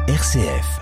RCF.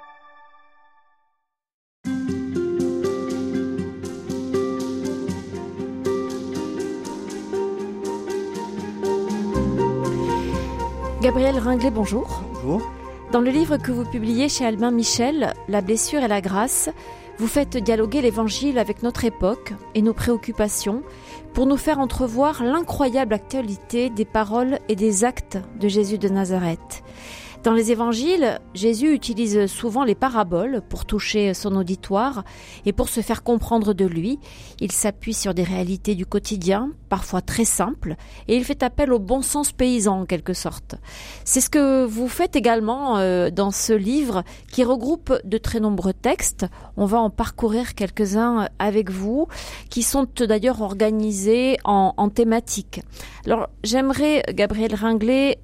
Gabriel Ringlet, bonjour. Bonjour. Dans le livre que vous publiez chez Albin Michel, La blessure et la grâce, vous faites dialoguer l'Évangile avec notre époque et nos préoccupations pour nous faire entrevoir l'incroyable actualité des paroles et des actes de Jésus de Nazareth. Dans les évangiles, Jésus utilise souvent les paraboles pour toucher son auditoire et pour se faire comprendre de lui. Il s'appuie sur des réalités du quotidien, parfois très simples, et il fait appel au bon sens paysan en quelque sorte. C'est ce que vous faites également dans ce livre qui regroupe de très nombreux textes. On va en parcourir quelques-uns avec vous, qui sont d'ailleurs organisés en thématiques. Alors j'aimerais, Gabriel Ringlet,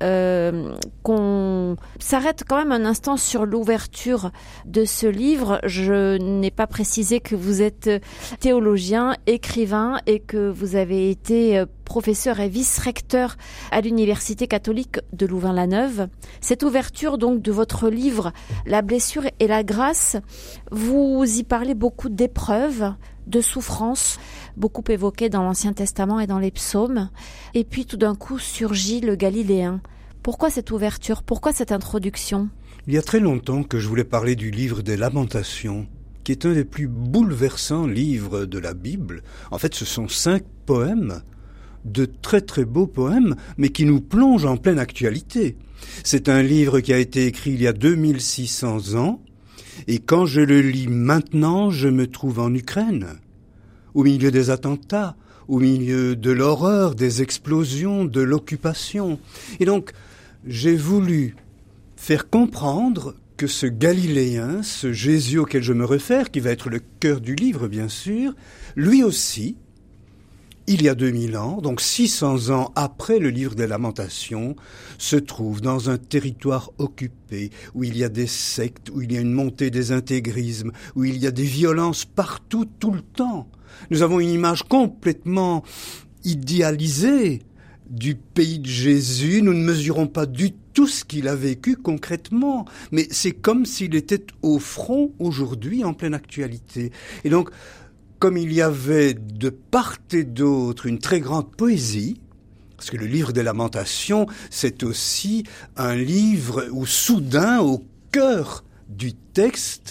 qu'on s'arrête quand même un instant sur l'ouverture de ce livre. Je n'ai pas précisé que vous êtes théologien, écrivain et que vous avez été professeur et vice-recteur à l'Université catholique de Louvain-la-Neuve. Cette ouverture donc de votre livre, La blessure et la grâce, vous y parlez beaucoup d'épreuves, de souffrances, beaucoup évoquées dans l'Ancien Testament et dans les psaumes. Et puis tout d'un coup surgit le Galiléen. Pourquoi cette ouverture ? Pourquoi cette introduction ? Il y a très longtemps que je voulais parler du livre des Lamentations, qui est un des plus bouleversants livres de la Bible. En fait, ce sont 5 poèmes, de très très beaux poèmes, mais qui nous plongent en pleine actualité. C'est un livre qui a été écrit il y a 2600 ans, et quand je le lis maintenant, je me trouve en Ukraine, au milieu des attentats, au milieu de l'horreur, des explosions, de l'occupation. Et donc, j'ai voulu faire comprendre que ce Galiléen, ce Jésus auquel je me réfère, qui va être le cœur du livre, bien sûr, lui aussi, il y a 2000 ans, donc 600 ans après le livre des Lamentations, se trouve dans un territoire occupé, où il y a des sectes, où il y a une montée des intégrismes, où il y a des violences partout, tout le temps. Nous avons une image complètement idéalisée du pays de Jésus. Nous ne mesurons pas du tout ce qu'il a vécu concrètement. Mais c'est comme s'il était au front aujourd'hui, en pleine actualité. Et donc, comme il y avait de part et d'autre une très grande poésie, parce que le livre des Lamentations, c'est aussi un livre où soudain, au cœur du texte,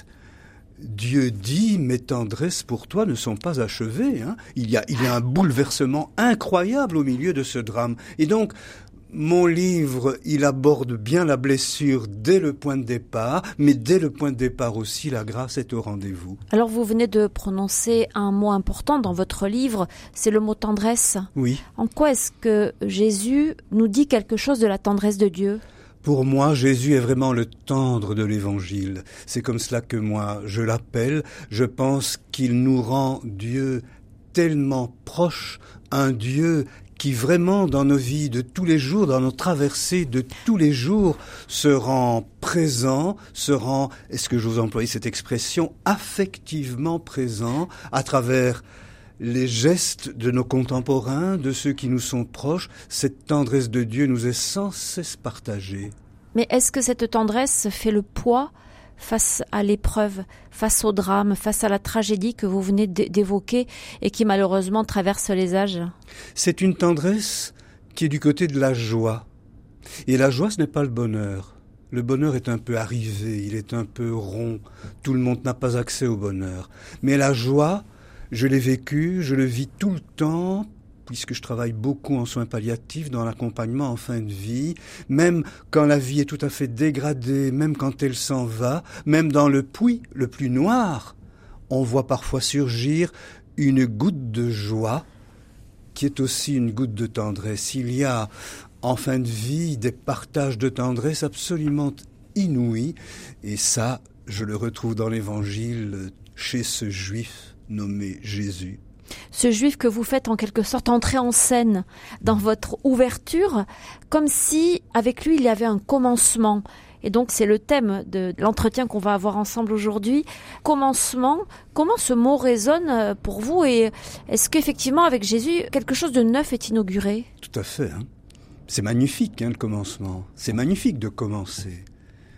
Dieu dit, mes tendresses pour toi ne sont pas achevées. Il y a un bouleversement incroyable au milieu de ce drame. Et donc, mon livre, il aborde bien la blessure dès le point de départ, mais dès le point de départ aussi, la grâce est au rendez-vous. Alors vous venez de prononcer un mot important dans votre livre, c'est le mot tendresse. Oui. En quoi est-ce que Jésus nous dit quelque chose de la tendresse de Dieu ? Pour moi, Jésus est vraiment le tendre de l'Évangile. C'est comme cela que moi, je l'appelle. Je pense qu'il nous rend Dieu tellement proche, un Dieu qui vraiment dans nos vies de tous les jours, dans nos traversées de tous les jours, se rend présent, se rend, est-ce que je vous emploie cette expression, affectivement présent à travers les gestes de nos contemporains, de ceux qui nous sont proches. Cette tendresse de Dieu nous est sans cesse partagée. Mais est-ce que cette tendresse fait le poids face à l'épreuve, face au drame, face à la tragédie que vous venez d'évoquer et qui malheureusement traverse les âges ? C'est une tendresse qui est du côté de la joie. Et la joie, ce n'est pas le bonheur. Le bonheur est un peu arrivé, il est un peu rond. Tout le monde n'a pas accès au bonheur. Mais la joie, je l'ai vécu, je le vis tout le temps, puisque je travaille beaucoup en soins palliatifs, dans l'accompagnement en fin de vie, même quand la vie est tout à fait dégradée, même quand elle s'en va, même dans le puits le plus noir, on voit parfois surgir une goutte de joie, qui est aussi une goutte de tendresse. Il y a en fin de vie des partages de tendresse absolument inouïs, et ça, je le retrouve dans l'Évangile chez ce Juif nommé Jésus. Ce Juif que vous faites en quelque sorte entrer en scène dans votre ouverture, comme si avec lui il y avait un commencement. Et donc c'est le thème de l'entretien qu'on va avoir ensemble aujourd'hui. Commencement, comment ce mot résonne pour vous et est-ce qu'effectivement avec Jésus quelque chose de neuf est inauguré ? Tout à fait. C'est magnifique le commencement. C'est magnifique de commencer.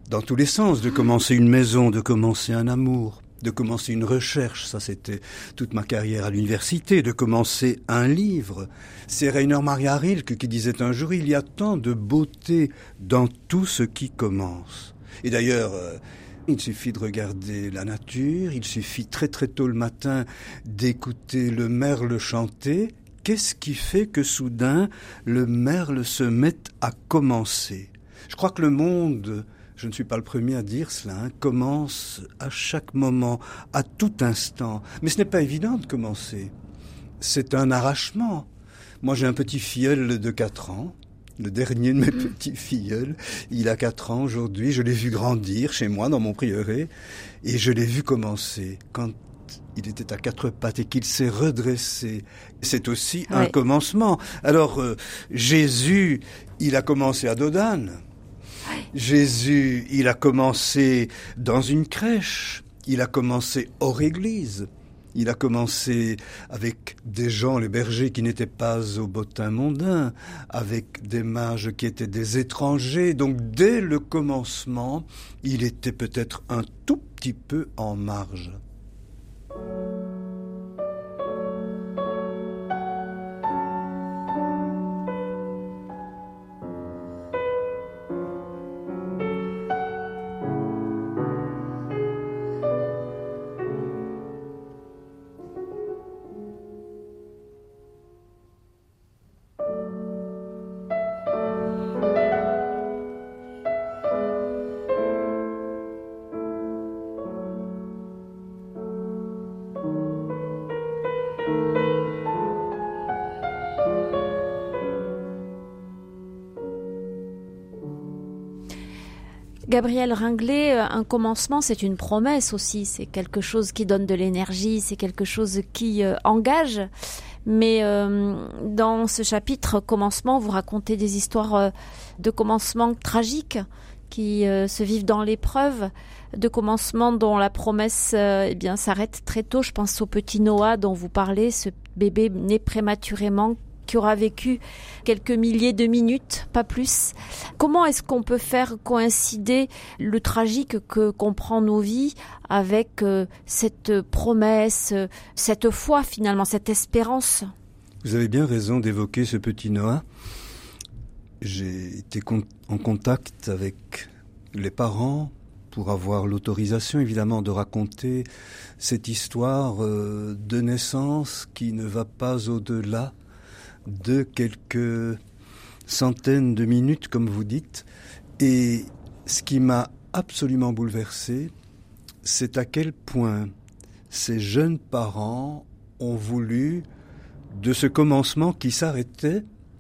dans tous les sens, de commencer une maison, de commencer un amour, de commencer une recherche, ça c'était toute ma carrière à l'université, de commencer un livre. C'est Rainer Maria Rilke qui disait un jour, il y a tant de beauté dans tout ce qui commence. Et d'ailleurs, il suffit de regarder la nature, il suffit très très tôt le matin d'écouter le merle chanter. Qu'est-ce qui fait que soudain le merle se met à commencer ? Je crois que le monde, je ne suis pas le premier à dire cela, commence à chaque moment, à tout instant. Mais ce n'est pas évident de commencer. C'est un arrachement. Moi j'ai un petit filleul de 4 ans. Le dernier de mes petits filleuls, il a 4 ans aujourd'hui, je l'ai vu grandir chez moi dans mon prieuré et je l'ai vu commencer. Quand il était à 4 pattes et qu'il s'est redressé, c'est aussi un commencement. Alors Jésus, il a commencé à Dodane. Jésus, il a commencé dans une crèche, il a commencé hors église. Il a commencé avec des gens, les bergers, qui n'étaient pas au bottin mondain, avec des mages qui étaient des étrangers. Donc dès le commencement, il était peut-être un tout petit peu en marge. Gabriel Ringlet, un commencement, c'est une promesse aussi, c'est quelque chose qui donne de l'énergie, c'est quelque chose qui engage. Mais dans ce chapitre commencement, vous racontez des histoires de commencements tragiques qui se vivent dans l'épreuve, de commencements dont la promesse s'arrête très tôt. Je pense au petit Noah dont vous parlez, ce bébé né prématurément qui aura vécu quelques milliers de minutes, pas plus. Comment est-ce qu'on peut faire coïncider le tragique que comprend nos vies avec cette promesse, cette foi finalement, cette espérance ? Vous avez bien raison d'évoquer ce petit Noah. J'ai été en contact avec les parents pour avoir l'autorisation évidemment de raconter cette histoire de naissance qui ne va pas au-delà de quelques centaines de minutes, comme vous dites. Et ce qui m'a absolument bouleversé, c'est à quel point ces jeunes parents ont voulu, de ce commencement qui s'arrêtait,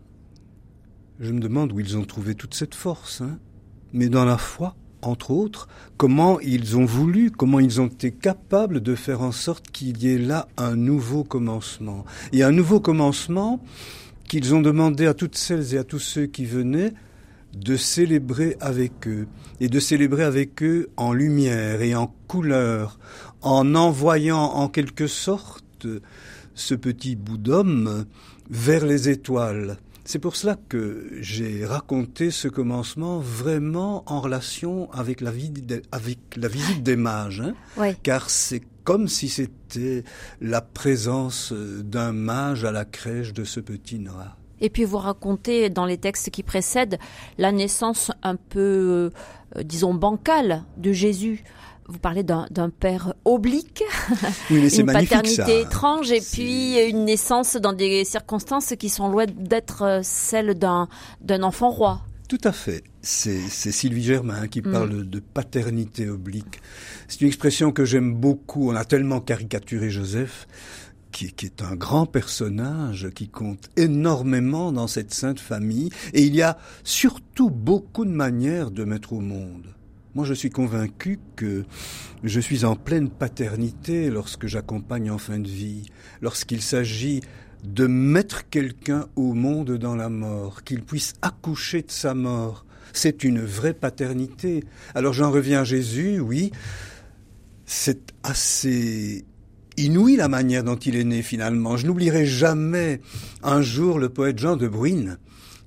je me demande où ils ont trouvé toute cette force, mais dans la foi, entre autres, comment ils ont voulu, comment ils ont été capables de faire en sorte qu'il y ait là un nouveau commencement. Et un nouveau commencement qu'ils ont demandé à toutes celles et à tous ceux qui venaient de célébrer avec eux, et de célébrer avec eux en lumière et en couleur, en envoyant en quelque sorte ce petit bout d'homme vers les étoiles. C'est pour cela que j'ai raconté ce commencement vraiment en relation avec la visite des mages, Ouais. Car c'est comme si c'était la présence d'un mage à la crèche de ce petit Noah. Et puis vous racontez dans les textes qui précèdent la naissance un peu, disons, bancale de Jésus. Vous parlez d'un père oblique, oui, mais c'est une magnifique, paternité ça. étrange, et puis une naissance dans des circonstances qui sont loin d'être celles d'un enfant roi. Tout à fait. C'est Sylvie Germain qui parle de paternité oblique. C'est une expression que j'aime beaucoup. On a tellement caricaturé Joseph, qui est un grand personnage, qui compte énormément dans cette sainte famille. Et il y a surtout beaucoup de manières de mettre au monde. Moi, je suis convaincu que je suis en pleine paternité lorsque j'accompagne en fin de vie, lorsqu'il s'agit de mettre quelqu'un au monde dans la mort, qu'il puisse accoucher de sa mort. C'est une vraie paternité. Alors j'en reviens à Jésus, oui, c'est assez inouï la manière dont il est né finalement. Je n'oublierai jamais un jour le poète Jean de Bruyn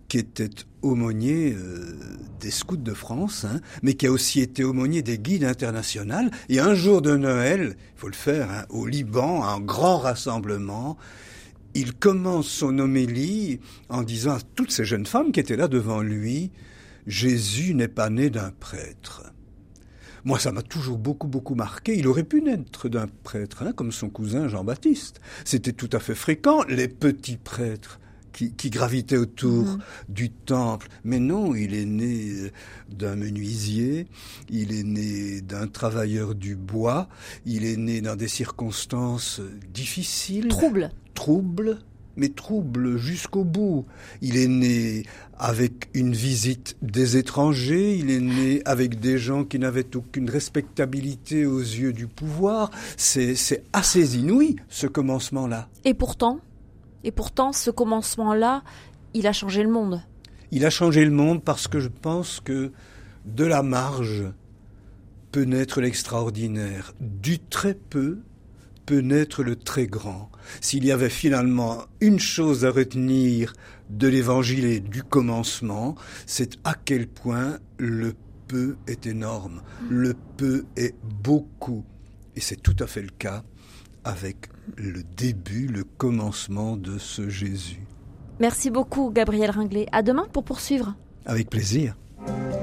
qui était aumônier des scouts de France, mais qui a aussi été aumônier des guides internationaux. Et un jour de Noël, il faut le faire, au Liban, un grand rassemblement, il commence son homélie en disant à toutes ces jeunes femmes qui étaient là devant lui, « Jésus n'est pas né d'un prêtre ». Moi, ça m'a toujours beaucoup marqué. Il aurait pu naître d'un prêtre, comme son cousin Jean-Baptiste. C'était tout à fait fréquent, les petits prêtres qui gravitaient autour du temple. Mais non, il est né d'un menuisier, il est né d'un travailleur du bois, il est né dans des circonstances difficiles. Troubles, mais troubles jusqu'au bout. Il est né avec une visite des étrangers, il est né avec des gens qui n'avaient aucune respectabilité aux yeux du pouvoir. C'est assez inouï, ce commencement-là. Et pourtant, ce commencement-là, il a changé le monde. Il a changé le monde parce que je pense que de la marge peut naître l'extraordinaire. Du très peu peut naître le très grand. S'il y avait finalement une chose à retenir de l'évangile et du commencement, c'est à quel point le peu est énorme, le peu est beaucoup. Et c'est tout à fait le cas avec le début, le commencement de ce Jésus. Merci beaucoup, Gabriel Ringlet. À demain pour poursuivre. Avec plaisir.